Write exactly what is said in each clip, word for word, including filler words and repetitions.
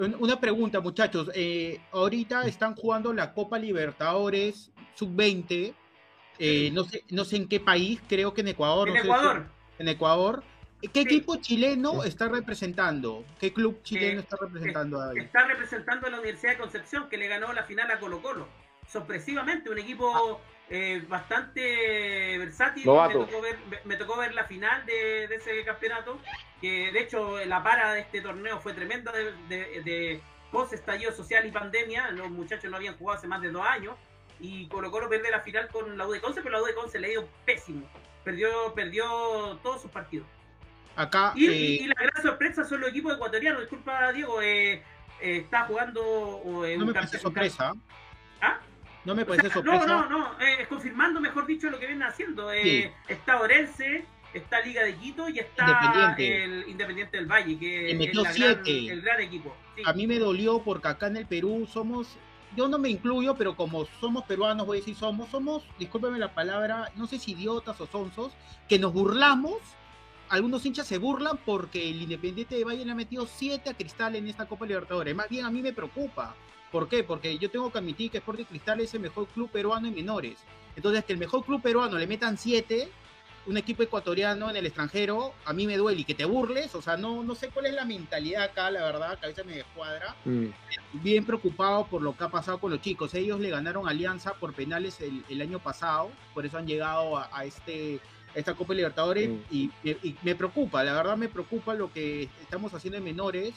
Una pregunta, muchachos. Eh, ahorita están jugando la Copa Libertadores sub veinte. Eh, Sí. no sé, no sé en qué país, creo que en Ecuador, En no sé si Ecuador, en Ecuador. ¿Qué sí. equipo chileno está representando? ¿Qué club chileno Eh, está que, representando que ahí? está representando a la Universidad de Concepción, que le ganó la final a Colo Colo. Sorpresivamente, un Ah, equipo eh, bastante versátil. Me Novato. tocó ver, me tocó ver la final de, de ese campeonato, que de hecho la para de este torneo fue tremenda de, de, de post estallido social y pandemia. Los muchachos no habían jugado hace más de dos años y Colo Colo pierde la final con la U de Conce, pero la U de Conce le dio pésimo. Perdió, perdió todos sus partidos. acá, Y, y, eh, y la gran sorpresa son los equipos ecuatorianos. Disculpa, Diego, eh, eh, está jugando eh, no un me parece campeón. sorpresa. ¿Ah? No me O sea, parece no, sorpresa. no, no, eh, confirmando, mejor dicho, lo que vienen haciendo. Sí, Eh, está Orense, está Liga de Quito y está Independiente. el Independiente del Valle, Le que es metió la gran, siete. el gran equipo. A Sí, mí me dolió porque acá en el Perú somos, yo no me incluyo, pero como somos peruanos, voy a decir somos, somos, discúlpeme la palabra, no sé si idiotas o sonsos, que nos burlamos. Algunos hinchas se burlan porque el Independiente de Valle le ha metido siete a Cristal en esta Copa Libertadores. Más bien a mí me preocupa. ¿Por qué? Porque yo tengo que admitir que Sporting Cristal es el mejor club peruano en menores. Entonces, que el mejor club peruano le metan siete, un equipo ecuatoriano en el extranjero, a mí me duele. Y que te burles, o sea, no, no sé cuál es la mentalidad acá, la verdad, que a veces me descuadra. Mm. Bien preocupado por lo que ha pasado con los chicos. Ellos le ganaron a Alianza por penales el, el año pasado, por eso han llegado a, a este esta Copa Libertadores Mm. y, y, me preocupa, la verdad me preocupa lo que estamos haciendo en menores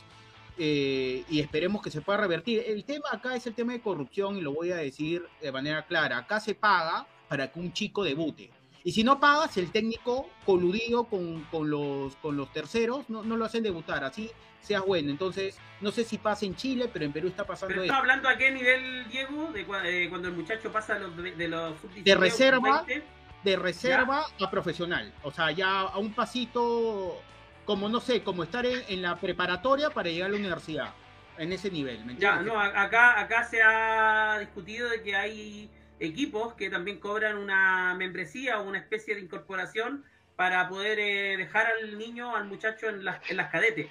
eh, y esperemos que se pueda revertir. El tema acá es el tema de corrupción y lo voy a decir de manera clara. Acá se paga para que un chico debute. Y si no pagas, el técnico coludido con, con, los, con los terceros no, no lo hacen debutar, así seas bueno. Entonces, no sé si pasa en Chile, pero en Perú está pero pasando estaba esto. hablando a qué nivel, Diego, de, eh, cuando el muchacho pasa los, de los sub De diecinueve o sub reserva, veinte. de ¿Ya? reserva a profesional. O sea, ya a un pasito, como no sé, como estar en, en la preparatoria para llegar a la universidad. En ese nivel, ¿me Ya, entiendes? no, acá, acá se ha discutido de que hay equipos que también cobran una membresía o una especie de incorporación para poder eh, dejar al niño, al muchacho en las, en las cadetes.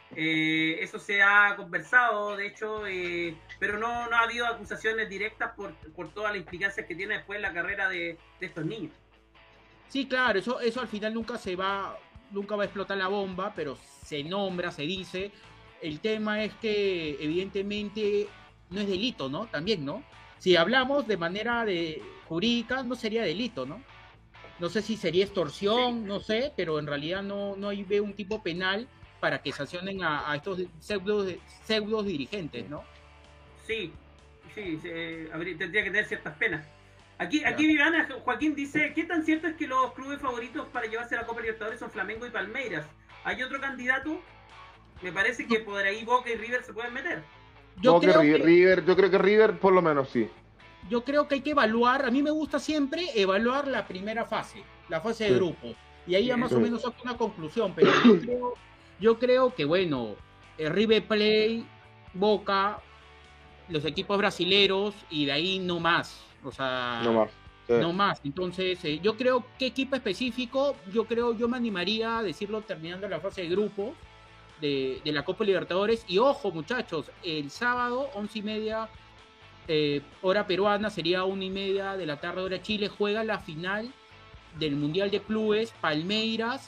Eh, eso se ha conversado, de hecho, eh, pero no, no ha habido acusaciones directas por, por todas las implicancias que tiene después la carrera de, de estos niños. Sí, claro, eso, eso al final nunca se va, nunca va a explotar la bomba, pero se nombra, se dice. El tema es que evidentemente no es delito, ¿no? También, ¿no? Si hablamos de manera de jurídica, no sería delito, ¿no? No sé si sería Sí, extorsión, no sé, pero en realidad no, no hay un tipo penal para que sancionen a, a estos pseudos, pseudos dirigentes, ¿no? sí, sí, se, habría, tendría que tener ciertas penas. Aquí, aquí Claro. Viviana, Joaquín dice, ¿qué tan cierto es que los clubes favoritos para llevarse a la Copa Libertadores son Flamengo y Palmeiras? ¿Hay otro candidato? Me parece que por ahí Boca y River se pueden meter. Yo Boca creo River, que River, yo creo que River por lo menos sí. yo creo que hay que evaluar, a mí me gusta siempre evaluar la primera fase, la fase de Sí, grupos, y ahí ya más Bien. o sí. menos saco una conclusión, pero yo creo, yo creo que bueno, el River Play, Boca, los equipos brasileros y de ahí no más, o No sea, más. Sí. no más. Entonces, eh, yo creo que equipo específico, yo creo, yo me animaría a decirlo terminando la fase de grupo de, de la Copa Libertadores. Y ojo, muchachos, el sábado, once y media, eh, hora peruana, sería una y media de la tarde, hora Chile, juega la final del Mundial de Clubes, Palmeiras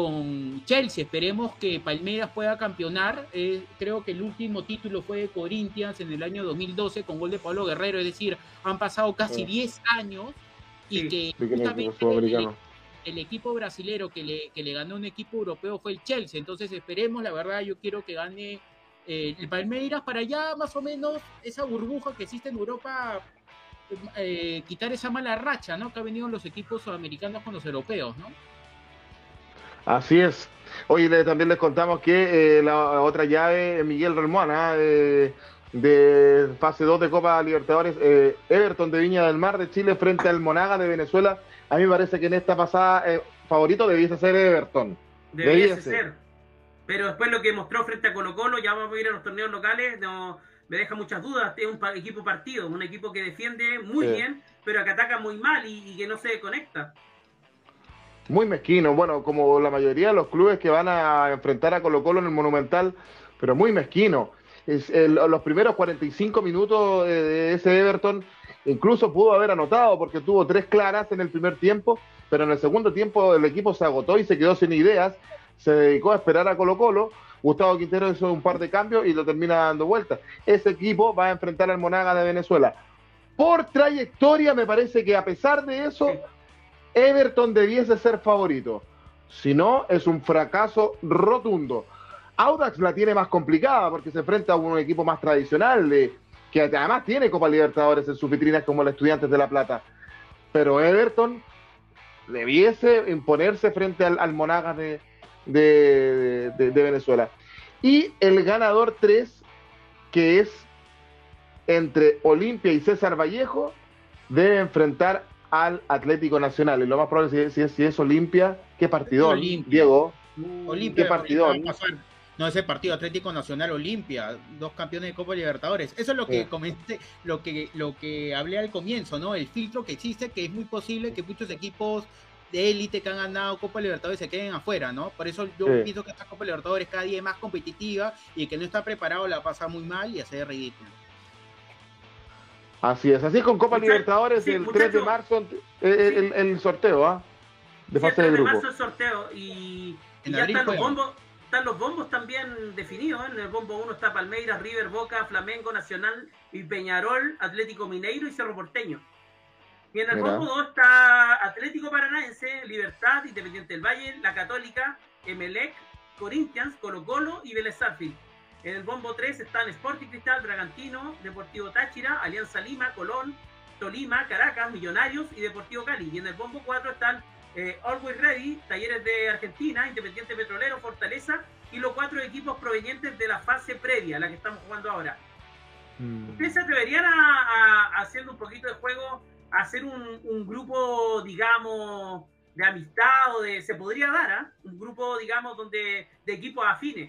con Chelsea. Esperemos que Palmeiras pueda campeonar. Eh, creo que el último título fue de Corinthians en el año dos mil doce con gol de Pablo Guerrero, es decir, han pasado casi Sí. diez años y Sí. que Sí, que no es justamente el, sudamericano. el equipo brasilero que le, que le ganó un equipo europeo fue el Chelsea. Entonces esperemos, la verdad, yo quiero que gane eh, el Palmeiras para ya más o menos esa burbuja que existe en Europa, eh, quitar esa mala racha, ¿no? Que ha venido los equipos sudamericanos con los europeos, ¿no? Así es. Oye, le- también les contamos que eh, la otra llave, Miguel Relmuán, ¿ah? de, de fase dos de Copa Libertadores, eh, Everton de Viña del Mar de Chile frente al Monaga de Venezuela. A mí me parece que en esta pasada eh, favorito debiese ser Everton. Debiese Debiese. ser. Pero después lo que mostró frente a Colo Colo, ya vamos a ir a los torneos locales, no, me deja muchas dudas. Es un pa equipo partido, un equipo que defiende muy Sí. bien, pero que ataca muy mal y, y que no se conecta. Muy mezquino, bueno, como la mayoría de los clubes que van a enfrentar a Colo Colo en el Monumental, pero muy mezquino. es, el, los primeros cuarenta y cinco minutos de, de ese Everton incluso pudo haber anotado porque tuvo tres claras en el primer tiempo, pero en el segundo tiempo el equipo se agotó y se quedó sin ideas, se dedicó a esperar a Colo Colo. Gustavo Quintero hizo un par de cambios y lo termina dando vuelta. Ese equipo va a enfrentar al Monagas de Venezuela. Por trayectoria me parece que a pesar de eso, Everton debiese ser favorito. Si no, es un fracaso rotundo. Audax la tiene más complicada porque se enfrenta a un equipo más tradicional, de, que además tiene Copa Libertadores en sus vitrinas como los Estudiantes de La Plata. Pero Everton debiese imponerse frente al, al Monagas de, de, de, de Venezuela. Y el ganador tres, que es entre Olimpia y César Vallejo, debe enfrentar al Atlético Nacional. Y lo más probable es si, si, si es Olimpia, qué partidón, Diego. Olimpia, qué partidón. No, ese partido Atlético Nacional Olimpia, dos campeones de Copa Libertadores. Eso es lo que sí. comenté, lo que, lo que hablé al comienzo, ¿no? El filtro que existe, que es muy posible que muchos equipos de élite que han ganado Copa Libertadores se queden afuera, ¿no? Por eso yo sí. pienso que esta Copa Libertadores cada día es más competitiva y el que no está preparado la pasa muy mal y hace ridículo. Así es, así con Copa Muchacho, Libertadores sí, el muchacho, tres de marzo el, el, el sorteo, ¿ah? ¿eh? De sí, fase de grupo. El tres de marzo el sorteo y, y ya están los bombos, están los bombos también definidos, ¿eh? En el bombo uno está Palmeiras, River, Boca, Flamengo, Nacional y Peñarol, Atlético Mineiro y Cerro Porteño. Y en el Mira. bombo dos está Atlético Paranaense, Libertad, Independiente del Valle, La Católica, Emelec, Corinthians, Colo Colo y Vélez Sarsfield. En el bombo tres están Sporting Cristal, Bragantino, Deportivo Táchira, Alianza Lima, Colón, Tolima, Caracas, Millonarios y Deportivo Cali. Y en el bombo cuatro están eh, Always Ready, Talleres de Argentina, Independiente Petrolero, Fortaleza y los cuatro equipos provenientes de la fase previa, la que estamos jugando ahora. Mm. ¿Ustedes se atreverían a, a, a haciendo un poquito de juego, a hacer un, un grupo, digamos, de amistad o de... se podría dar, ¿eh? Un grupo, digamos, donde de equipos afines?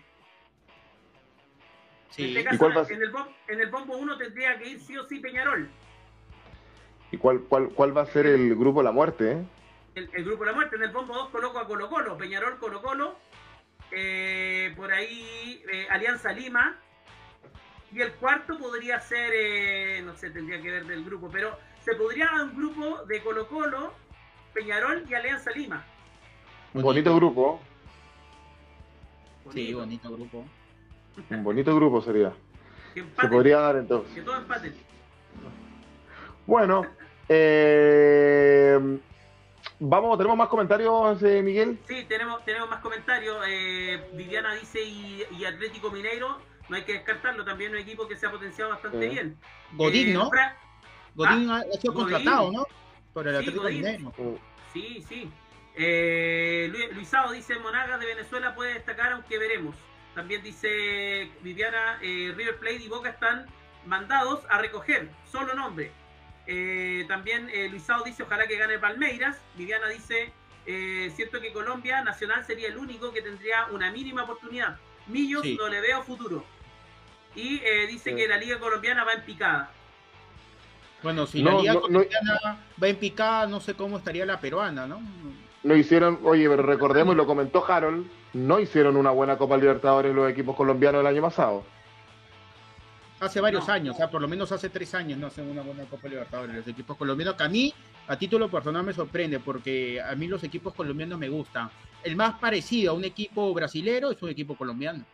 Sí. En, este caso, ¿Y cuál en, el bombo, en el bombo uno tendría que ir sí o sí Peñarol. ¿Y cuál, cuál, cuál va a ser el grupo La Muerte? Eh? El, el grupo La Muerte. En el bombo dos coloco a Colo Colo, Peñarol, Colo Colo, eh, por ahí eh, Alianza Lima, y el cuarto podría ser, eh, no sé, tendría que ver del grupo, pero se podría dar un grupo de Colo Colo, Peñarol y Alianza Lima. Un bonito grupo. Bonito. Sí, bonito grupo. Un bonito grupo sería. Se podría dar entonces. Que todo empate. Bueno, eh, vamos, ¿tenemos más comentarios, eh, Miguel? Sí, tenemos, tenemos más comentarios. Eh, Viviana dice y, y Atlético Mineiro, no hay que descartarlo, también un equipo que se ha potenciado bastante eh. bien. Godín, eh, ¿no? Fra... Godín ah, ha sido Godín. contratado, ¿no? Por el sí, Atlético Godín. Mineiro. Sí, sí. Eh, Luis, Luisado dice, Monagas de Venezuela puede destacar, aunque veremos. También dice Viviana, eh, River Plate y Boca están mandados a recoger, solo nombre. Eh, también eh, Luisao dice, ojalá que gane Palmeiras. Viviana dice, eh, cierto que Colombia Nacional sería el único que tendría una mínima oportunidad. Millos sí. no le veo futuro. Y eh, dice sí. que la liga colombiana va en picada. Bueno, si no, la liga no, colombiana no, va en picada, no sé cómo estaría la peruana, ¿no? No hicieron, oye, pero recordemos, y lo comentó Harold, no hicieron una buena Copa Libertadores los equipos colombianos el año pasado. Hace varios no. años, o sea, por lo menos hace tres años no hacen una buena Copa Libertadores los equipos colombianos, que a mí, a título personal, me sorprende, porque a mí los equipos colombianos me gustan. El más parecido a un equipo brasilero es un equipo colombiano.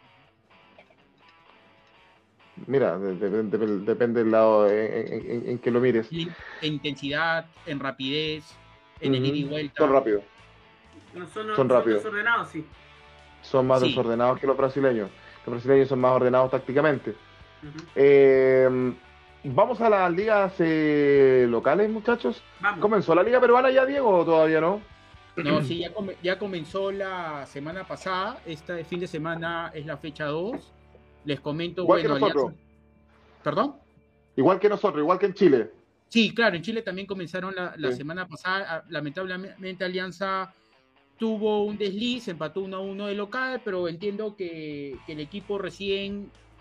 Mira, de, de, de, de, depende del lado en, en, en, en que lo mires. En intensidad, en rapidez, en el ida y vuelta. Son rápidos. No son, son, son rápidos. desordenados, sí. Son más sí. desordenados que los brasileños. Los brasileños son más ordenados tácticamente. Uh-huh. eh, Vamos a las ligas eh, locales, muchachos. Vamos. ¿Comenzó la liga peruana ya, Diego, o todavía no? No, sí, ya, com- ya comenzó la semana pasada. Este fin de semana es la fecha dos. Les comento, igual bueno... que nosotros. Ya... ¿Perdón? Igual que nosotros, igual que en Chile. Sí, claro, en Chile también comenzaron la, la sí. semana pasada. Lamentablemente Alianza tuvo un desliz, empató uno a uno de local, pero entiendo que, que el equipo recién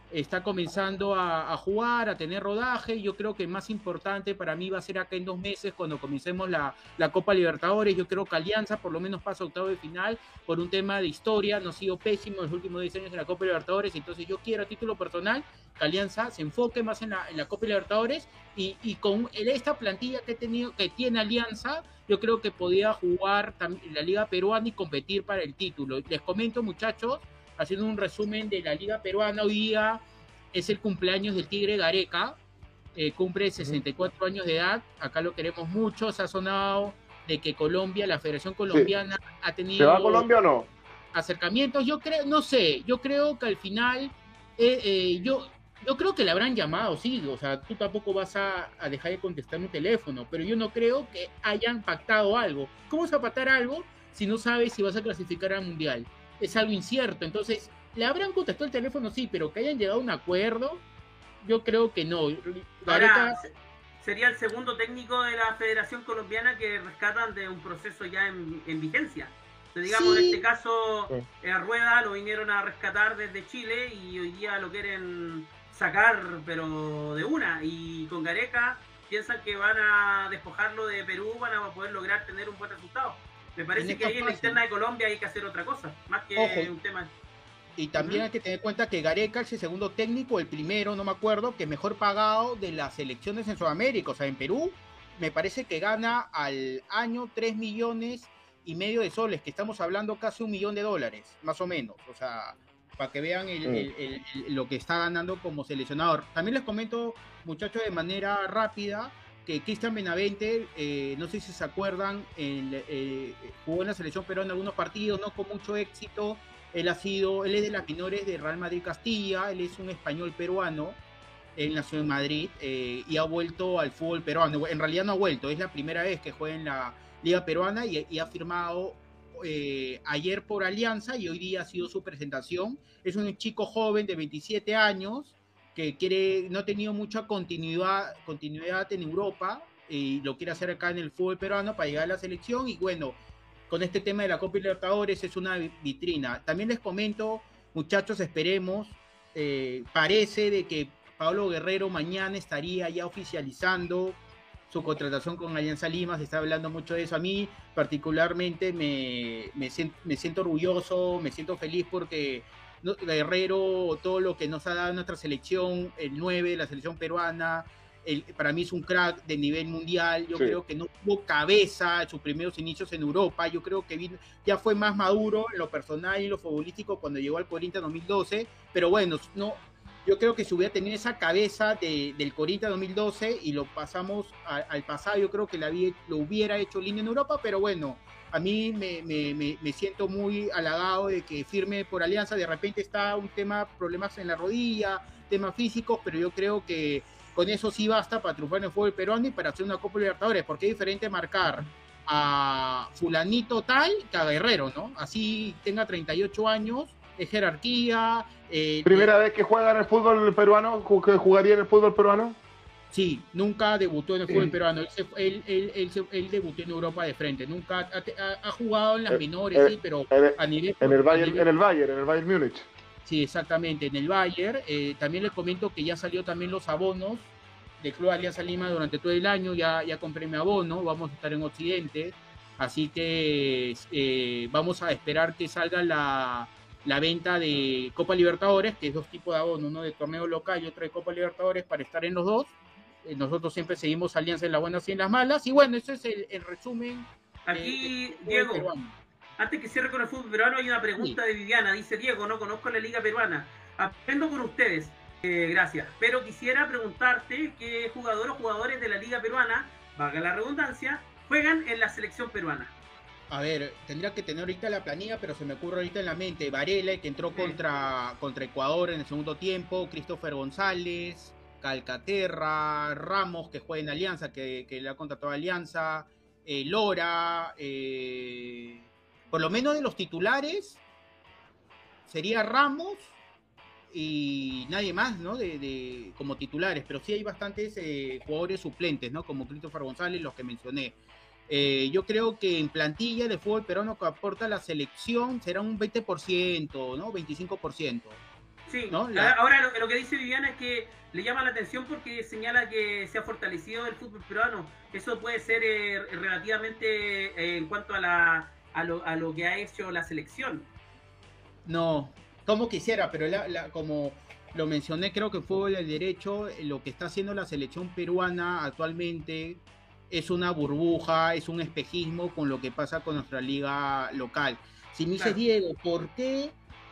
está comenzando a, a jugar, a tener rodaje. Yo creo que más importante para mí va a ser acá en dos meses cuando comencemos la, la Copa Libertadores. Yo creo que Alianza por lo menos pasa a octavo de final por un tema de historia. No ha sido pésimo en los últimos diez años en la Copa Libertadores, entonces yo quiero a título personal que Alianza se enfoque más en la, en la Copa Libertadores y, y con esta plantilla que, he tenido, que tiene Alianza, yo creo que podía jugar la Liga Peruana y competir para el título. Les comento, muchachos, haciendo un resumen de la Liga Peruana, hoy día es el cumpleaños del Tigre Gareca, eh, cumple sesenta y cuatro años de edad, acá lo queremos mucho, se ha sonado de que Colombia, la Federación Colombiana sí. ha tenido... ¿Se va a Colombia o no? Acercamientos, yo creo, no sé, yo creo que al final, eh, eh, yo, yo creo que le habrán llamado, sí, o sea, tú tampoco vas a, a dejar de contestar un teléfono, pero yo no creo que hayan pactado algo. ¿Cómo vas a pactar algo si no sabes si vas a clasificar al Mundial? Es algo incierto, entonces, ¿le habrán contestado el teléfono? Sí, pero que hayan llegado a un acuerdo, yo creo que no. Gareca... Ahora, sería el segundo técnico de la Federación Colombiana que rescatan de un proceso ya en, en vigencia. Digamos, sí. En este caso, sí. a Rueda lo vinieron a rescatar desde Chile y hoy día lo quieren sacar, pero de una. Y con Gareca piensan que van a despojarlo de Perú, van a poder lograr tener un buen resultado. Me parece que ahí en la interna de Colombia hay que hacer otra cosa, más que Ojo. un tema. Y también uh-huh. hay que tener en cuenta que Gareca es el segundo técnico, el primero, no me acuerdo, que mejor pagado de las selecciones en Sudamérica. O sea, en Perú, me parece que gana al año tres millones y medio de soles, que estamos hablando casi un millón de dólares, más o menos, o sea, para que vean el, mm. el, el, el, lo que está ganando como seleccionador. También les comento, muchachos, de manera rápida, que Cristian Benavente, eh, no sé si se acuerdan, el, eh, jugó en la selección peruana algunos partidos, no con mucho éxito. Él ha sido, él es de las menores de Real Madrid Castilla, él es un español peruano, él nació en Madrid eh, y ha vuelto al fútbol peruano. En realidad no ha vuelto, es la primera vez que juega en la Liga Peruana y, y ha firmado eh, ayer por Alianza y hoy día ha sido su presentación. Es un chico joven de veintisiete años que quiere, no ha tenido mucha continuidad, continuidad en Europa y lo quiere hacer acá en el fútbol peruano para llegar a la selección y bueno, con este tema de la Copa Libertadores es una vitrina. También les comento, muchachos, esperemos, eh, parece de que Pablo Guerrero mañana estaría ya oficializando su contratación con Alianza Lima, se está hablando mucho de eso. A mí particularmente me, me, siento, me siento orgulloso, me siento feliz porque no, Guerrero, todo lo que nos ha dado nuestra selección, el nueve, la selección peruana, el, para mí es un crack de nivel mundial. Yo sí. creo que no tuvo cabeza en sus primeros inicios en Europa, yo creo que vino, ya fue más maduro en lo personal y en lo futbolístico cuando llegó al Corinthians dos mil doce, pero bueno, no... Yo creo que si hubiera tenido esa cabeza de, del Corinthians dos mil doce y lo pasamos a, al pasado, yo creo que la, lo hubiera hecho línea en Europa, pero bueno, a mí me, me, me, me siento muy halagado de que firme por Alianza. De repente está un tema, problemas en la rodilla, temas físicos, pero yo creo que con eso sí basta para triunfar en el fútbol peruano y para hacer una Copa Libertadores, porque es diferente marcar a fulanito tal que a Guerrero, ¿no? Así tenga treinta y ocho años, es jerarquía. Eh, ¿Primera eh, vez que juega en el fútbol peruano? ¿Que jugaría en el fútbol peruano? Sí, nunca debutó en el fútbol sí. peruano. Él, se, él, él, él, se, él debutó en Europa de frente. Nunca ha, ha, ha jugado en las eh, menores, eh, sí, pero eh, a nivel... En el Bayern, nivel, en el Bayern, en el Bayern Múnich. Sí, exactamente, en el Bayern. Eh, también les comento que ya salió también los abonos del Club Alianza Lima durante todo el año. Ya, ya compré mi abono, vamos a estar en Occidente. Así que eh, vamos a esperar que salga la... la venta de Copa Libertadores, que es dos tipos de abono, uno de torneo local y otro de Copa Libertadores, para estar en los dos. Eh, nosotros siempre seguimos Alianza en las buenas y en las malas. Y bueno, ese es el, el resumen. Aquí, de, de Diego, peruano. Antes que cierre con el fútbol peruano, hay una pregunta sí. de Viviana. Dice: Diego, no conozco la Liga Peruana. Aprendo con ustedes. Eh, gracias. Pero quisiera preguntarte qué jugador o jugadores de la Liga Peruana, valga la redundancia, juegan en la selección peruana. A ver, tendría que tener ahorita la planilla, pero se me ocurre ahorita en la mente. Varela, que entró contra, contra Ecuador en el segundo tiempo. Christopher González, Calcaterra, Ramos, que juega en Alianza, que, que le ha contratado a Alianza. Eh, Lora. Eh, por lo menos de los titulares, sería Ramos y nadie más, ¿no? De, de, como titulares. Pero sí hay bastantes eh, jugadores suplentes, ¿no? Como Christopher González, los que mencioné. Eh, yo creo que en plantilla de fútbol peruano que aporta la selección será un veinte por ciento, ¿no? veinticinco por ciento. Sí, ¿no? La... ahora lo, lo que dice Viviana es que le llama la atención porque señala que se ha fortalecido el fútbol peruano. Eso puede ser eh, relativamente eh, en cuanto a, la, a, lo, a lo que ha hecho la selección. No, como quisiera, pero la, la, como lo mencioné, creo que fue el derecho, lo que está haciendo la selección peruana actualmente es una burbuja, es un espejismo con lo que pasa con nuestra liga local. Si me dices, claro, Diego, ¿por qué?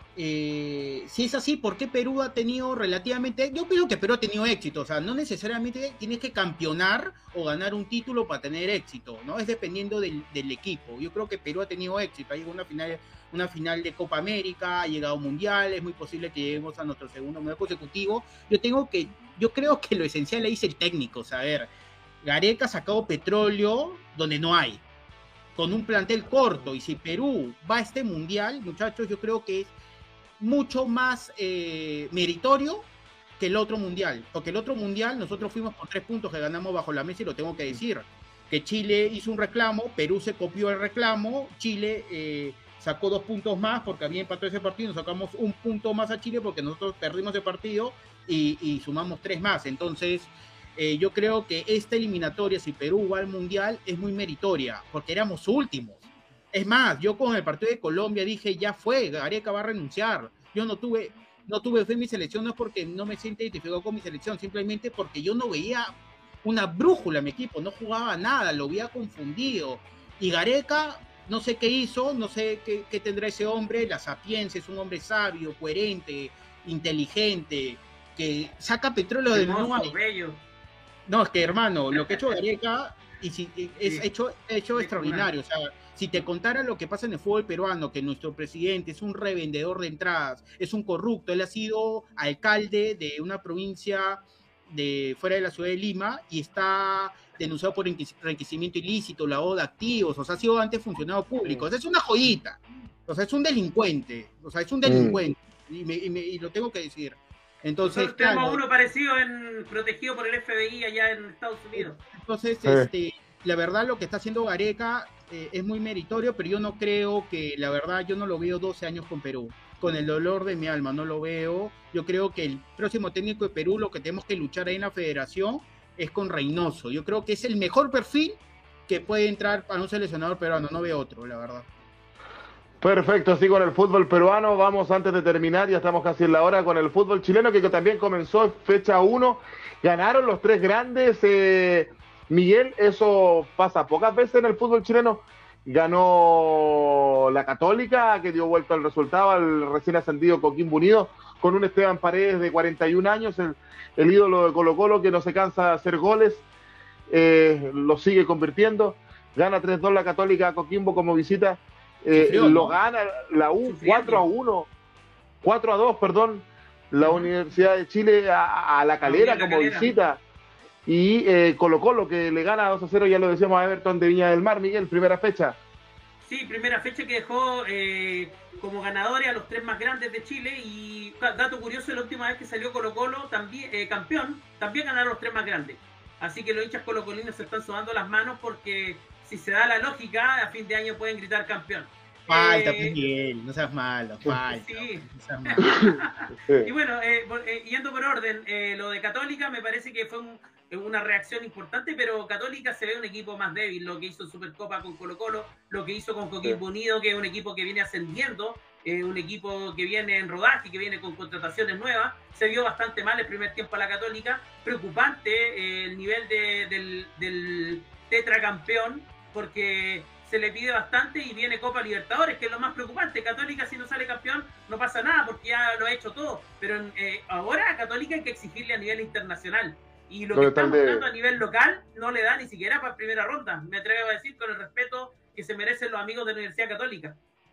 Eh, si es así, ¿por qué Perú ha tenido relativamente? Yo creo que Perú ha tenido éxito, o sea, no necesariamente tienes que campeonar o ganar un título para tener éxito, ¿no? Es dependiendo del, del equipo. Yo creo que Perú ha tenido éxito, ha llegado a una final, una final de Copa América, ha llegado a Mundial, es muy posible que lleguemos a nuestro segundo mundial consecutivo. Yo tengo que, yo creo que lo esencial le dice el técnico, saber, Gareca ha sacado petróleo donde no hay, con un plantel corto, y si Perú va a este mundial, muchachos, yo creo que es mucho más eh, meritorio que el otro mundial, porque el otro mundial nosotros fuimos por tres puntos que ganamos bajo la mesa, y lo tengo que decir, que Chile hizo un reclamo, Perú se copió el reclamo, Chile eh, sacó dos puntos más porque había empatado ese partido, nos sacamos un punto más a Chile porque nosotros perdimos el partido y, y sumamos tres más. Entonces eh, yo creo que esta eliminatoria, si Perú va al mundial, es muy meritoria, porque éramos últimos. Es más, yo con el partido de Colombia dije, ya fue, Gareca va a renunciar. Yo no tuve, no tuve fe en mi selección, no es porque no me siento identificado con mi selección, simplemente porque yo no veía una brújula en mi equipo, no jugaba nada, lo había confundido. Y Gareca, no sé qué hizo, no sé qué, qué tendrá ese hombre, la sapiencia, es un hombre sabio, coherente, inteligente, que saca petróleo de no hay. No, es que hermano, lo que ha hecho Gareca y si, es sí. hecho, hecho extraordinario, o sea, si te contara lo que pasa en el fútbol peruano, que nuestro presidente es un revendedor de entradas, es un corrupto, él ha sido alcalde de una provincia de fuera de la ciudad de Lima y está denunciado por enriquecimiento ilícito, lavado de activos, o sea, ha sido antes funcionario público, o sea, es una joyita, o sea, es un delincuente, o sea, es un delincuente, mm. y, me, y, me, y lo tengo que decir. Entonces, nosotros tenemos claro, uno parecido en, protegido por el F B I allá en Estados Unidos. Entonces, eh. este, la verdad lo que está haciendo Gareca eh, es muy meritorio, pero yo no creo que, la verdad, yo no lo veo doce años con Perú. Con el dolor de mi alma, no lo veo. Yo creo que el próximo técnico de Perú, lo que tenemos que luchar ahí en la federación es con Reynoso. Yo creo que es el mejor perfil que puede entrar para un seleccionador peruano, no veo otro, la verdad. Perfecto, así con el fútbol peruano, vamos antes de terminar, ya estamos casi en la hora, con el fútbol chileno que también comenzó fecha uno, ganaron los tres grandes, eh, Miguel, eso pasa pocas veces en el fútbol chileno, ganó la Católica, que dio vuelta al resultado, al recién ascendido Coquimbo Unido, con un Esteban Paredes de cuarenta y un años, el, el ídolo de Colo Colo que no se cansa de hacer goles, eh, lo sigue convirtiendo, gana tres dos la Católica a Coquimbo como visita. Eh, Sufrió, lo ¿no? gana la U cuatro a uno, cuatro a dos, perdón, la uh-huh. Universidad de Chile a, a la Calera a como Calera. visita, y eh, Colo Colo que le gana dos a cero, ya lo decíamos, a Everton de Viña del Mar. Miguel, primera fecha. Sí, primera fecha que dejó eh, como ganadores a los tres más grandes de Chile, y dato curioso, la última vez que salió Colo Colo también, eh, campeón, también ganaron los tres más grandes, así que los hinchas colocolinos se están sudando las manos porque si se da la lógica, a fin de año pueden gritar campeón. Falta, eh, Miguel, no seas malo, falta. Sí. No seas malo. Y bueno, eh, eh, yendo por orden, eh, lo de Católica me parece que fue un, una reacción importante, pero Católica se ve un equipo más débil, lo que hizo en Supercopa con Colo Colo, lo que hizo con Coquimbo Unido, que es un equipo que viene ascendiendo, eh, un equipo que viene en rodaje, que viene con contrataciones nuevas, se vio bastante mal el primer tiempo a la Católica, preocupante eh, el nivel de, del, del tetracampeón, porque se le pide bastante y viene Copa Libertadores, que es lo más preocupante. Católica, si no sale campeón, no pasa nada porque ya lo ha hecho todo. Pero eh, ahora a Católica hay que exigirle a nivel internacional. Y lo que está mostrando a nivel local no le da ni siquiera para primera ronda. Me atrevo a decir, con el respeto que se merecen los amigos de la Universidad Católica.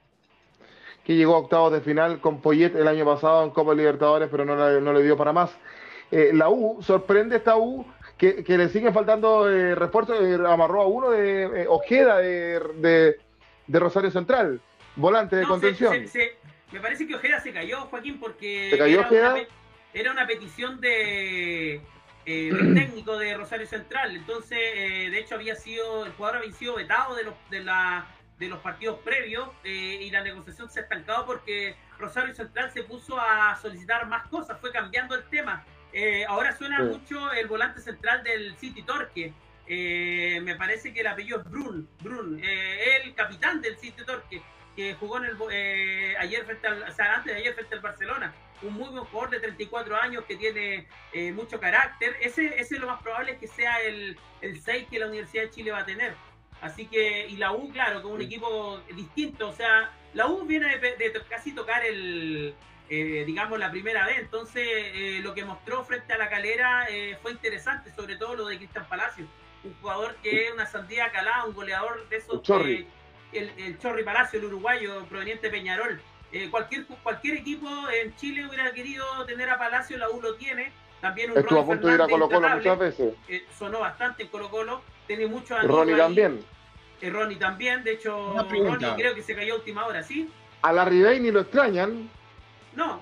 Que llegó a octavos de final con Poyet el año pasado en Copa Libertadores, pero no, no le dio para más. Eh, la U, sorprende esta U, Que, que le siguen faltando eh, refuerzos, eh, amarró a uno de eh, Ojeda de, de, de Rosario Central, volante de no, contención. Se, se, se, me parece que Ojeda se cayó, Joaquín, porque ¿Se cayó era, Ojeda? Una, era una petición de, eh, del técnico de Rosario Central, entonces eh, de hecho había sido, el jugador había sido vetado de, los, de, la, de los partidos previos eh, y la negociación se ha estancado porque Rosario Central se puso a solicitar más cosas, fue cambiando el tema. Eh, ahora suena sí. mucho el volante central del City Torque. Eh, me parece que el apellido es Brun, Brun eh, el capitán del City Torque, que jugó en el, eh, ayer frente al, o sea, antes de ayer frente al Barcelona. Un muy buen jugador de treinta y cuatro años que tiene eh, mucho carácter. Ese, ese lo más probable es que sea el, el seis que la Universidad de Chile va a tener. Así que, y la U, claro, con un equipo distinto. O sea, la U viene de, de, de casi tocar el, eh, digamos, la primera vez. Entonces, eh, lo que mostró frente a la Calera eh, fue interesante, sobre todo lo de Cristian Palacio. Un jugador que es una sandía calada, un goleador de esos. Chorri. Eh, el, el Chorri Palacio, el uruguayo, proveniente de Peñarol. Eh, cualquier, cualquier equipo en Chile hubiera querido tener a Palacio, la U lo tiene. También un Estuvo a punto de ir a Colo Colo muchas veces. Eh, sonó bastante en Colo Colo. Tiene muchos amigos. Ronnie ahí. también. Eh, Ronnie también. De hecho, Ronnie creo que se cayó a última hora, ¿sí? A la Ribey ni lo extrañan. No.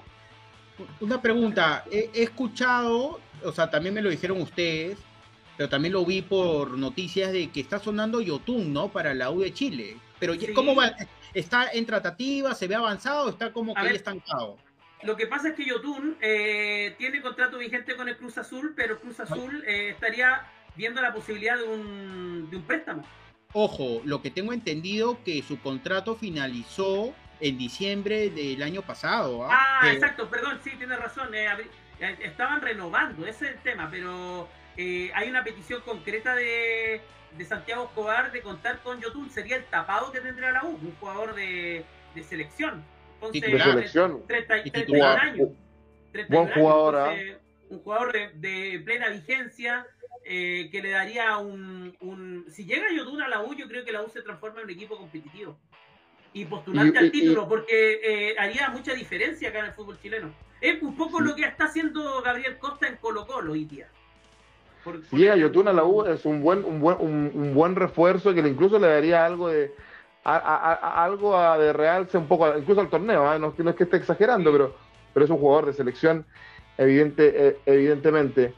Una pregunta. He, he escuchado, o sea, también me lo dijeron ustedes, pero también lo vi por noticias de que está sonando Yotun, ¿no? Para la U de Chile. Pero, sí. ¿cómo va? ¿Está en tratativa? ¿Se ve avanzado o está como que ya estancado? Lo que pasa es que Yotun eh, tiene contrato vigente con el Cruz Azul, pero Cruz Azul eh, estaría viendo la posibilidad de un, de un préstamo. Ojo, lo que tengo entendido que su contrato finalizó en diciembre del año pasado. Ah, ah que... exacto, perdón, sí, tienes razón. Eh, estaban renovando, ese es el tema, pero eh, hay una petición concreta de... de Santiago Escobar de contar con Yotun. Sería el tapado que tendría la U, un jugador de, de selección. Entonces, de selección. treinta, treinta y un años. Buen jugador. Entonces, un jugador de, de plena vigencia eh, que le daría un, un... Si llega Yotun a la U, yo creo que la U se transforma en un equipo competitivo. Y postulante y, al título, y, porque eh, haría mucha diferencia acá en el fútbol chileno. Es un poco sí. lo que está haciendo Gabriel Costa en Colo Colo hoy día. Por, por si llega Yotun a la U es un buen un buen un, un buen refuerzo que incluso le daría algo de a, a, a, algo a, de realce un poco incluso al torneo, ¿eh? no, no es que esté exagerando, sí. pero pero es un jugador de selección evidente eh, evidentemente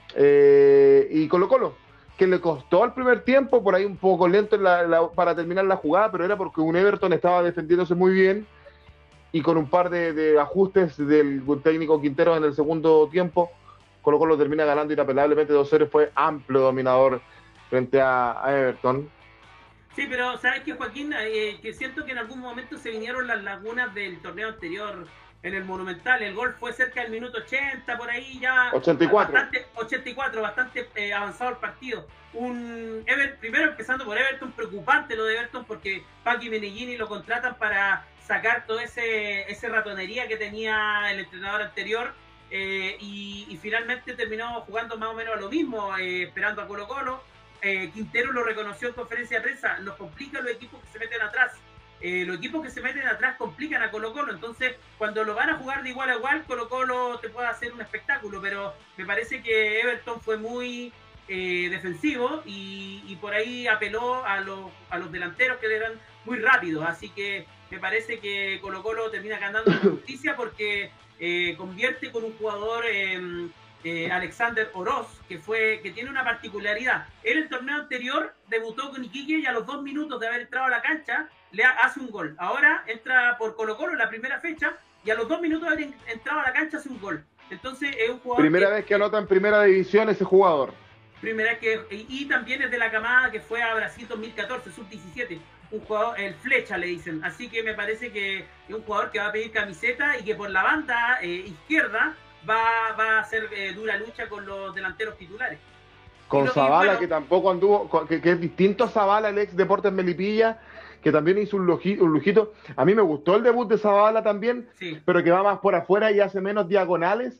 eh, y Colo Colo que le costó al primer tiempo por ahí un poco lento en la, la, para terminar la jugada, pero era porque un Everton estaba defendiéndose muy bien y con un par de, de ajustes del técnico Quintero en el segundo tiempo Colo Colo termina ganando inapelablemente dos cero, fue amplio dominador frente a, a Everton. Sí, pero sabes que Joaquín, eh, que siento que en algún momento se vinieron las lagunas del torneo anterior en el Monumental. El gol fue cerca del minuto ochenta, por ahí ya. ochenta y cuatro. Bastante, ochenta y cuatro, bastante eh, avanzado el partido. Un Ever, primero empezando por Everton, preocupante lo de Everton porque Paqui Meneghini lo contratan para sacar todo ese, ese ratonería que tenía el entrenador anterior. Eh, y, y finalmente terminó jugando más o menos a lo mismo, eh, esperando a Colo Colo. Eh, Quintero lo reconoció en conferencia de prensa, nos complica los equipos que se meten atrás. Eh, los equipos que se meten atrás complican a Colo Colo, entonces cuando lo van a jugar de igual a igual, Colo Colo te puede hacer un espectáculo, pero me parece que Everton fue muy eh, defensivo y, y por ahí apeló a los, a los delanteros que eran muy rápidos, así que me parece que Colo Colo termina ganando con justicia porque Eh, convierte con un jugador eh, eh, Alexander Oroz que fue que tiene una particularidad. Él el torneo anterior debutó con Iquique y a los dos minutos de haber entrado a la cancha le hace un gol. Ahora entra por Colo Colo en la primera fecha y a los dos minutos de haber entrado a la cancha hace un gol. Entonces es un jugador primera que, vez que anota en primera división ese jugador. Primera vez que y, y también es de la camada que fue a Brasil dos mil catorce, sub diecisiete. Un jugador, el Flecha le dicen, así que me parece que es un jugador que va a pedir camiseta y que por la banda eh, izquierda va, va a hacer eh, dura lucha con los delanteros titulares. Con Zavala, bueno, que tampoco anduvo, que, que es distinto a Zavala, el ex Deportes Melipilla, que también hizo un, logi, un lujito. A mí me gustó el debut de Zavala también, sí. pero que va más por afuera y hace menos diagonales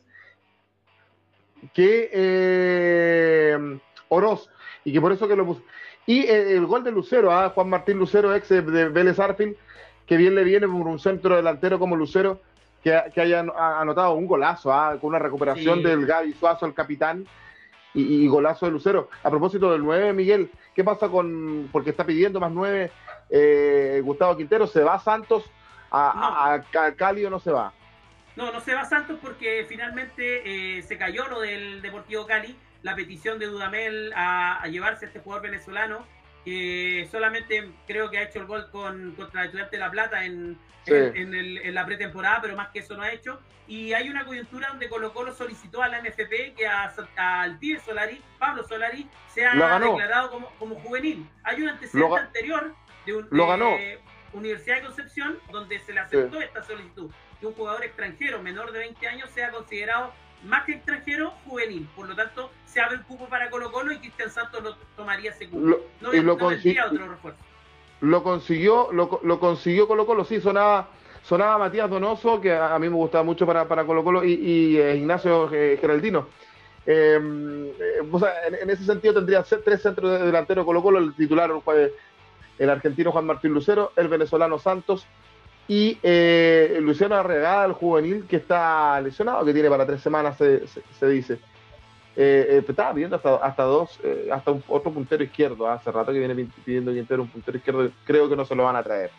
que eh, Oroz, y que por eso que lo puso. Y el, el gol de Lucero, ¿ah? Juan Martín Lucero, ex de Vélez Arfield, que bien le viene por un centro delantero como Lucero, que, que haya anotado un golazo, ¿ah? Con una recuperación sí. del Gaby Suazo, el capitán, y, y golazo de Lucero. A propósito del nueve, Miguel, ¿qué pasa con, porque está pidiendo más nueve eh, Gustavo Quintero? ¿Se va Santos a, no. a, a, a Cali o no se va? No, no se va Santos porque finalmente eh, se cayó lo del Deportivo Cali, la petición de Dudamel a, a llevarse a este jugador venezolano que solamente creo que ha hecho el gol con, contra el Estudiantes de La Plata en, Sí. en, en, el, en la pretemporada, pero más que eso no ha hecho. Y hay una coyuntura donde Colo Colo solicitó a la N F P que a- al pibe Solari, Pablo Solari, sea Lo ganó. declarado como, como juvenil. Hay un Lo antecedente ga- anterior de, un, lo de ganó. Universidad de Concepción donde se le aceptó esta solicitud, que un jugador extranjero menor de veinte años sea considerado más que extranjero, juvenil. Por lo tanto, se abre el cupo para Colo Colo y Cristian Santos lo tomaría ese cupo. Lo- no y lo no vendría consi- otro refuerzo. Lo consiguió, lo, lo consiguió Colo Colo, sí, sonaba, sonaba Matías Donoso, que a, a mí me gustaba mucho para, para Colo Colo, y, y eh, Ignacio eh, Geraldino. Eh, eh, o sea, en, en ese sentido tendría ser tres centros de delantero Colo Colo, el titular fue el argentino Juan Martín Lucero, el venezolano Santos y eh, Luciano Arregada, el juvenil que está lesionado, que tiene para tres semanas, se, se, se dice. Eh, eh, estaba pidiendo hasta, hasta dos, eh, hasta un, otro puntero izquierdo. Hace rato que viene pidiendo Quintero un puntero izquierdo. Creo que no se lo van a traer.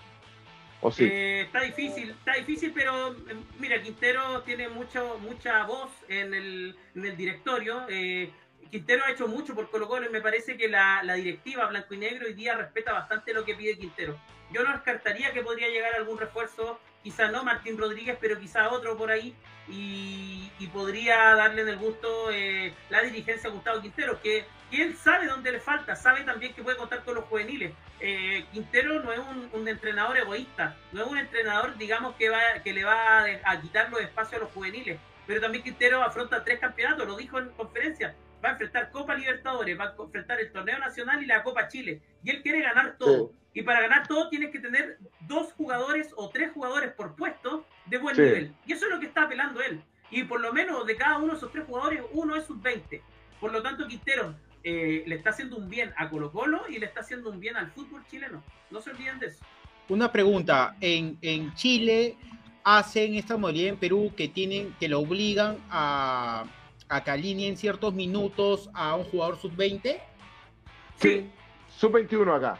¿O sí? Eh, está difícil, está difícil, pero eh, mira, Quintero tiene mucho, mucha voz en el, en el directorio. Eh, Quintero ha hecho mucho por Colo Colo y me parece que la, la directiva blanco y negro hoy día respeta bastante lo que pide Quintero. Yo no descartaría que podría llegar algún refuerzo, quizá no Martín Rodríguez, pero quizá otro por ahí, y, y podría darle en el gusto eh, la dirigencia a Gustavo Quintero, que, que él sabe dónde le falta, sabe también que puede contar con los juveniles. Eh, Quintero no es un, un entrenador egoísta, no es un entrenador, digamos, que, va, que le va a, a quitar los espacios a los juveniles, pero también Quintero afronta tres campeonatos, lo dijo en conferencia. Va a enfrentar Copa Libertadores, va a enfrentar el Torneo Nacional y la Copa Chile. Y él quiere ganar todo. Sí. Y para ganar todo tienes que tener dos jugadores o tres jugadores por puesto de buen sí. nivel. Y eso es lo que está apelando él. Y por lo menos de cada uno de esos tres jugadores, uno es sub veinte. Por lo tanto, Quintero eh, le está haciendo un bien a Colo Colo y le está haciendo un bien al fútbol chileno. No se olviden de eso. Una pregunta. En, en Chile hacen esta modalidad en Perú que tienen, que lo obligan a... a que alineen ciertos minutos a un jugador sub veinte? Sí, sub veintiuno acá.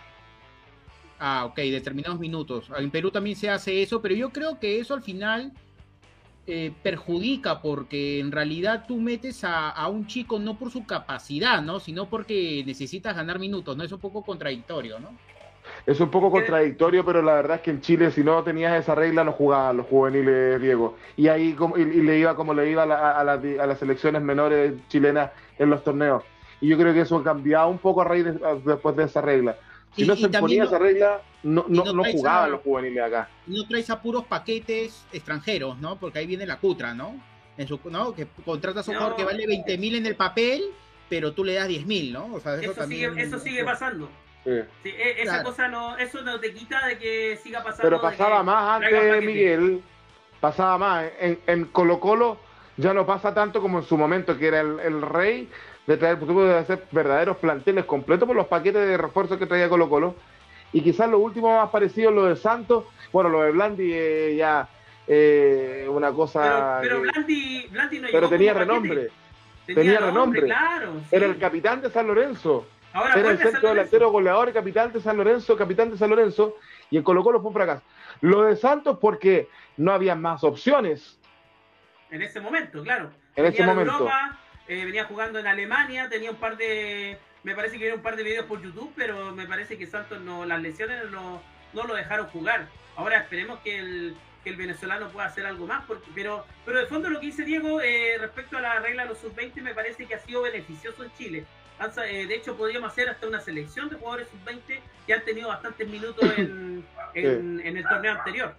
Ah, ok, determinados minutos. En Perú también se hace eso, pero yo creo que eso al final eh, perjudica, porque en realidad tú metes a, a un chico no por su capacidad, ¿no? Sino porque necesitas ganar minutos, ¿no? Es un poco contradictorio, ¿no? Es un poco contradictorio, pero la verdad es que en Chile, si no tenías esa regla, no jugaban los juveniles, Diego. Y ahí como, y, y le iba como le iba a, la, a, la, a las selecciones menores chilenas en los torneos. Y yo creo que eso ha cambiado un poco a raíz de, después de esa regla. Si y, no se ponía no, esa regla, no, no, no, no jugaban a, los juveniles acá. No traes a puros paquetes extranjeros, ¿no? Porque ahí viene la cutra, ¿no? En su, ¿no? Que contratas a un no, jugador que vale veinte mil en el papel, pero tú le das diez mil, ¿no? O sea, eso, eso, también, sigue, eso sigue pasando. Sí. Sí, esa claro. cosa no, eso no te quita de que siga pasando. Pero pasaba más antes, Miguel, pasaba más. En, en Colo Colo ya no pasa tanto como en su momento, que era el, el rey de traer, de hacer verdaderos planteles completos por los paquetes de refuerzos que traía Colo Colo. Y quizás lo último más parecido, lo de Santos, bueno, lo de Blandi eh, ya eh, una cosa... Pero, pero que, Blandi, Blandi no pero tenía renombre, tenía, tenía renombre, renombre. Claro, sí. Era el capitán de San Lorenzo. Ahora era el centro delantero goleador y capitán de San Lorenzo, capitán de San Lorenzo, y en Colo Colo fue un fracaso. Lo de Santos porque no había más opciones. En ese momento, claro. En ese momento. Europa, eh, venía jugando en Alemania, tenía un par de, me parece que había un par de videos por YouTube, pero me parece que Santos no, las lesiones no, no lo dejaron jugar. Ahora esperemos que el, que el venezolano pueda hacer algo más, porque, pero, pero de fondo lo que dice Diego eh, respecto a la regla de los sub veinte me parece que ha sido beneficioso en Chile. De hecho, podríamos hacer hasta una selección de jugadores sub veinte que han tenido bastantes minutos en, en, en el torneo anterior.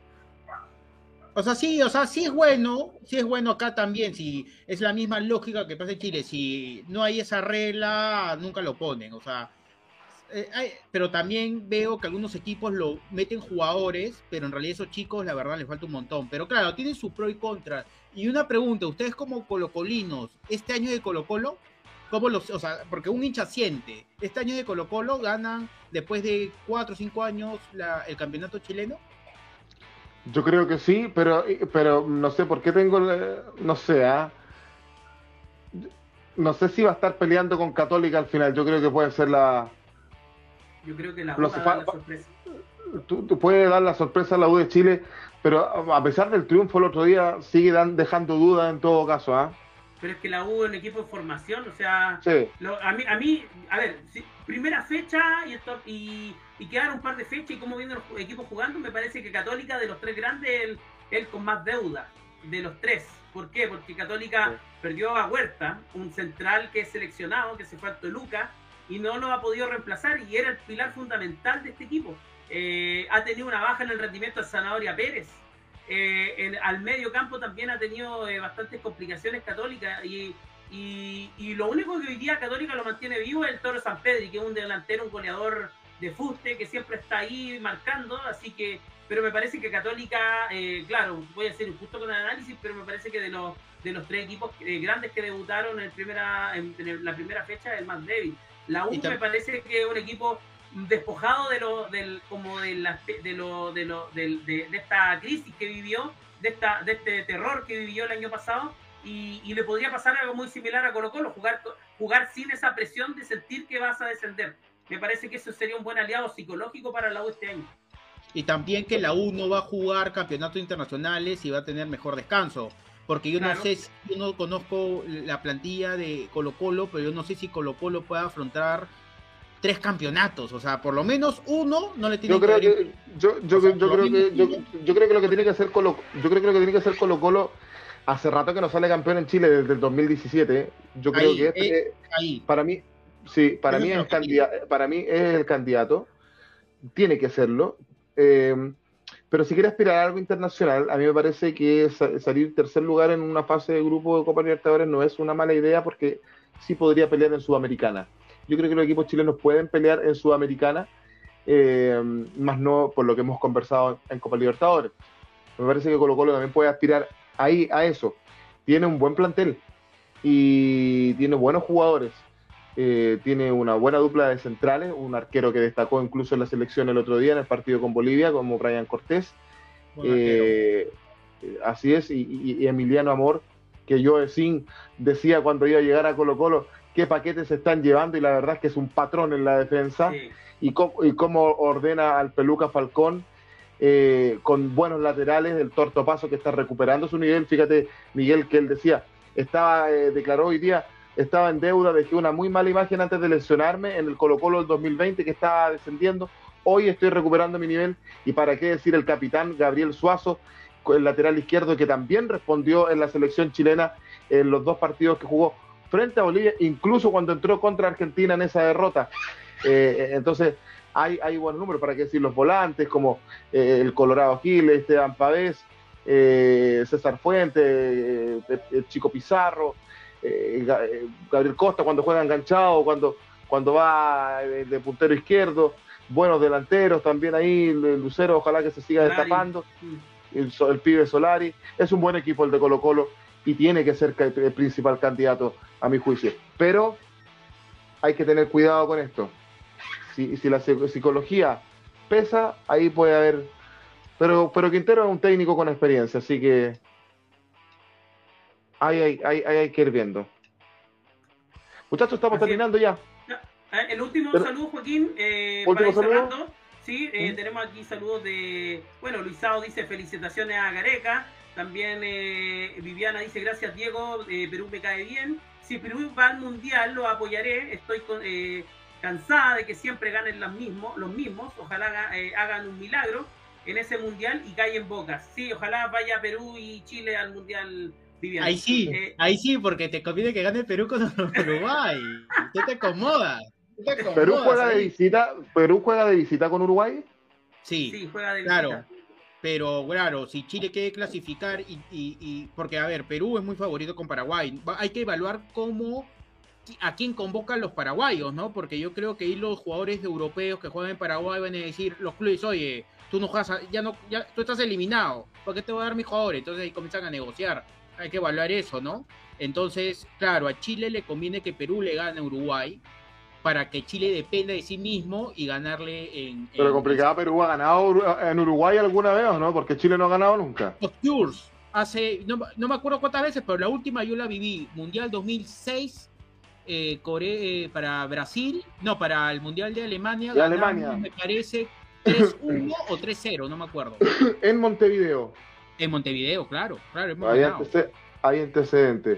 O sea, sí, o sea, sí es bueno, sí es bueno acá también, si es la misma lógica que pasa en Chile, si no hay esa regla, nunca lo ponen, o sea, eh, hay, pero también veo que algunos equipos lo meten jugadores, pero en realidad esos chicos, la verdad, les falta un montón, pero claro, tienen su pro y contra. Y una pregunta, ustedes como colocolinos, este año de Colo Colo, ¿cómo los, o sea, porque un hincha siente, este año de Colo Colo ganan después de cuatro o cinco años la, el campeonato chileno? Yo creo que sí, pero pero no sé por qué tengo, no sé, ¿eh? no sé si va a estar peleando con Católica al final. Yo creo que puede ser la... Yo creo que la U va a dar la sorpresa. Tú, tú puedes dar la sorpresa a la U de Chile, pero a pesar del triunfo el otro día, sigue dan, dejando dudas en todo caso, ¿ah? ¿eh? pero es que la U es un equipo de formación, o sea, Sí. lo, a, mí, a mí, a ver, si, primera fecha y, esto, y, y quedaron un par de fechas y cómo vienen los equipos jugando, me parece que Católica de los tres grandes es el, el con más deuda, de los tres. ¿Por qué? Porque Católica sí. perdió a Huerta, un central que es seleccionado, que se fue a Toluca, y no lo ha podido reemplazar, y era el pilar fundamental de este equipo. Eh, ha tenido una baja en el rendimiento de Zanahoria Pérez. Eh, en, al medio campo también ha tenido eh, bastantes complicaciones Católica y, y, y lo único que hoy día Católica lo mantiene vivo es el Toro Sampedri, que es un delantero, un goleador de fuste que siempre está ahí marcando, así que, pero me parece que Católica, eh, claro, voy a ser injusto con el análisis, pero me parece que de los, de los tres equipos eh, grandes que debutaron en, primera, en, en la primera fecha es el más débil. La U me parece que es un equipo despojado de lo del como de la de lo de lo de, de, de esta crisis que vivió, de esta de este terror que vivió el año pasado, y, y le podría pasar algo muy similar a Colo-Colo, jugar jugar sin esa presión de sentir que vas a descender. Me parece que eso sería un buen aliado psicológico para la U este año. Y también que la U no va a jugar campeonatos internacionales y va a tener mejor descanso, porque yo claro. no sé si, yo no conozco la plantilla de Colo-Colo, pero yo no sé si Colo-Colo puede afrontar tres campeonatos, o sea, por lo menos uno no le tiene yo creo que, que yo, yo, o sea, yo creo que yo, yo creo que lo que tiene que hacer Colo yo creo que lo que tiene que hacer Colo Colo hace rato que no sale campeón en Chile desde el dos mil diecisiete. Yo creo ahí, que este eh, ahí. para mí sí, para mí es el candidato, para mí es el candidato, tiene que serlo. Eh, pero si quiere aspirar a algo internacional, a mí me parece que salir tercer lugar en una fase de grupo de Copa Libertadores no es una mala idea, porque sí podría pelear en Sudamericana. Yo creo que los equipos chilenos pueden pelear en Sudamericana, eh, más no por lo que hemos conversado en Copa Libertadores. Me parece que Colo Colo también puede aspirar ahí a eso. Tiene un buen plantel y tiene buenos jugadores. Eh, tiene una buena dupla de centrales, un arquero que destacó incluso en la selección el otro día en el partido con Bolivia, como Brian Cortés. Eh, así es, y, y, y Emiliano Amor, que yo sin decía cuando iba a llegar a Colo Colo qué paquetes se están llevando, y la verdad es que es un patrón en la defensa, sí. y, cómo, y cómo ordena al Peluca Falcón, eh, con buenos laterales, el Torto Paso que está recuperando su nivel. Fíjate, Miguel, que él decía, estaba eh, declaró hoy día, estaba en deuda, dejé una muy mala imagen antes de lesionarme en el Colo Colo del dos mil veinte que estaba descendiendo, hoy estoy recuperando mi nivel. Y para qué decir el capitán Gabriel Suazo, el lateral izquierdo, que también respondió en la selección chilena en los dos partidos que jugó frente a Bolivia, incluso cuando entró contra Argentina en esa derrota. Eh, entonces hay, hay buenos números, para qué decir los volantes como eh, el Colorado Giles, Esteban Pavés, eh, César Fuente, eh, el Chico Pizarro, eh, Gabriel Costa cuando juega enganchado, cuando, cuando va de, de puntero izquierdo, buenos delanteros también ahí, el Lucero ojalá que se siga Solari. destapando, el, el pibe Solari. Es un buen equipo el de Colo Colo y tiene que ser el principal candidato a mi juicio, pero hay que tener cuidado con esto. Si, si la psicología pesa, ahí puede haber, pero, pero Quintero es un técnico con experiencia, así que ahí hay, hay, hay, hay que ir viendo. Muchachos, estamos así terminando ya. El último pero, saludo, Joaquín, eh, ¿último para saludo? Cerrando, sí, eh, ¿Mm? Tenemos aquí saludos de, bueno, Luisao dice felicitaciones a Gareca. También eh, Viviana dice gracias Diego, eh, Perú me cae bien. Si Perú va al Mundial lo apoyaré, estoy con, eh, cansada de que siempre ganen los mismos, los mismos. Ojalá eh, hagan un milagro en ese Mundial y callen bocas. Sí, ojalá vaya Perú y Chile al Mundial, Viviana. Ahí sí, eh, ahí sí, porque te conviene que gane Perú con Uruguay. ¿Qué te acomoda? ¿Te acomodas, ¿Perú juega ahí? de visita, Perú juega de visita con Uruguay? Sí, sí juega de claro. visita. Pero claro, si Chile quiere clasificar y, y, y porque a ver, Perú es muy favorito con Paraguay, hay que evaluar cómo, a quién convocan los paraguayos, ¿no? Porque yo creo que ahí los jugadores europeos que juegan en Paraguay van a decir, los clubes, oye, tú no juegas, ya no, ya, tú estás eliminado, ¿por qué te voy a dar mis jugadores? Entonces ahí comienzan a negociar, hay que evaluar eso, ¿no? Entonces, claro, a Chile le conviene que Perú le gane a Uruguay, para que Chile dependa de sí mismo y ganarle en... Pero en, complicado, en... Perú ha ganado en Uruguay alguna vez, ¿o no? Porque Chile no ha ganado nunca. Los Tours, hace, no, no me acuerdo cuántas veces, pero la última yo la viví, Mundial dos mil seis, eh, Corea, eh, para Brasil, no, para el Mundial de Alemania, de ganamos, Alemania. me parece, tres uno o tres cero, no me acuerdo. En Montevideo. En Montevideo, claro, claro, hemos hay, ganado. anteced hay antecedentes.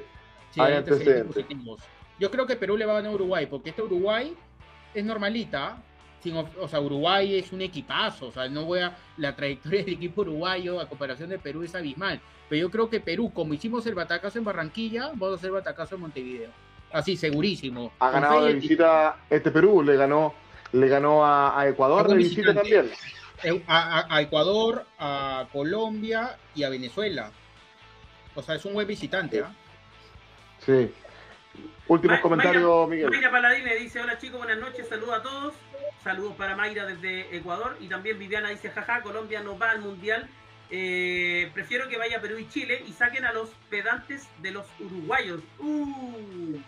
Sí, hay antecedentes positivos. Yo creo que Perú le va a ganar a Uruguay, porque este Uruguay es normalita, sin, o sea, Uruguay es un equipazo, o sea, no voy a, la trayectoria del equipo uruguayo a comparación de Perú es abismal, pero yo creo que Perú, como hicimos el batacazo en Barranquilla, vamos a hacer el batacazo en Montevideo, así, segurísimo. Ha ganado de visita este Perú, le ganó, le ganó a, a Ecuador de visita también. A, a, a Ecuador, a Colombia y a Venezuela. O sea, es un buen visitante, ¿ah? ¿eh? Sí. Últimos Ma comentarios, Mayra, Miguel. Mayra Paladine dice, hola chicos, buenas noches, saludos a todos. Saludos para Mayra desde Ecuador. Y también Viviana dice, jaja, Colombia no va al Mundial. Eh, prefiero que vaya Perú y Chile y saquen a los pedantes de los uruguayos. Uh.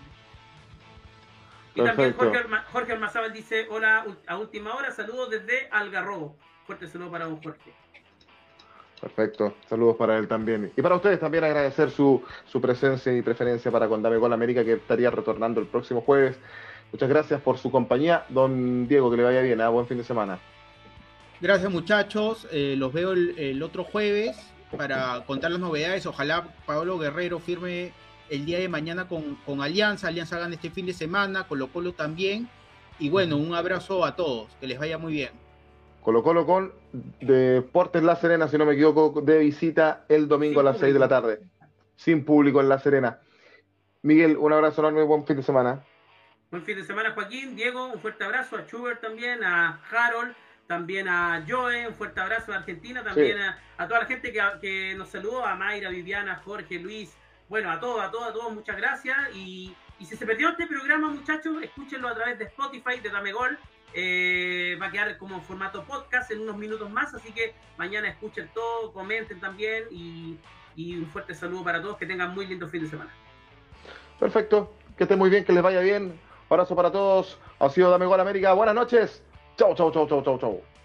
Y también Jorge, Jorge Almazábal dice, hola a última hora, saludos desde Algarrobo. Fuerte saludo para don Jorge. Perfecto, saludos para él también. Y para ustedes también agradecer su, su presencia y preferencia para con Dame Gol América, que estaría retornando el próximo jueves. Muchas gracias por su compañía. Don Diego, que le vaya bien, ¿eh? Buen fin de semana. Gracias muchachos, eh, los veo el, el otro jueves para contar las novedades. Ojalá Pablo Guerrero firme el día de mañana con, con Alianza, Alianza gana este fin de semana, Colo Colo también. Y bueno, un abrazo a todos, que les vaya muy bien. Colo Colo con Deportes La Serena, si no me equivoco, de visita el domingo Sin a las público. seis de la tarde. Sin público en La Serena. Miguel, un abrazo enorme y buen fin de semana. Buen fin de semana, Joaquín. Diego, un fuerte abrazo. A Schubert también, a Harold, también a Joe, un fuerte abrazo a Argentina, también sí. a, a toda la gente que, que nos saludó, a Mayra, Viviana, Jorge, Luis, bueno, a todos, a todos, a todos, muchas gracias. Y, y si se perdió este programa, muchachos, escúchenlo a través de Spotify, de Dame Gol. Eh, va a quedar como en formato podcast en unos minutos más, así que mañana escuchen todo, comenten también y, y un fuerte saludo para todos, que tengan muy lindo fin de semana. Perfecto, que estén muy bien, que les vaya bien. Abrazo para todos, ha sido Dame Gol América, buenas noches, chau, chau, chau, chau, chau, chau.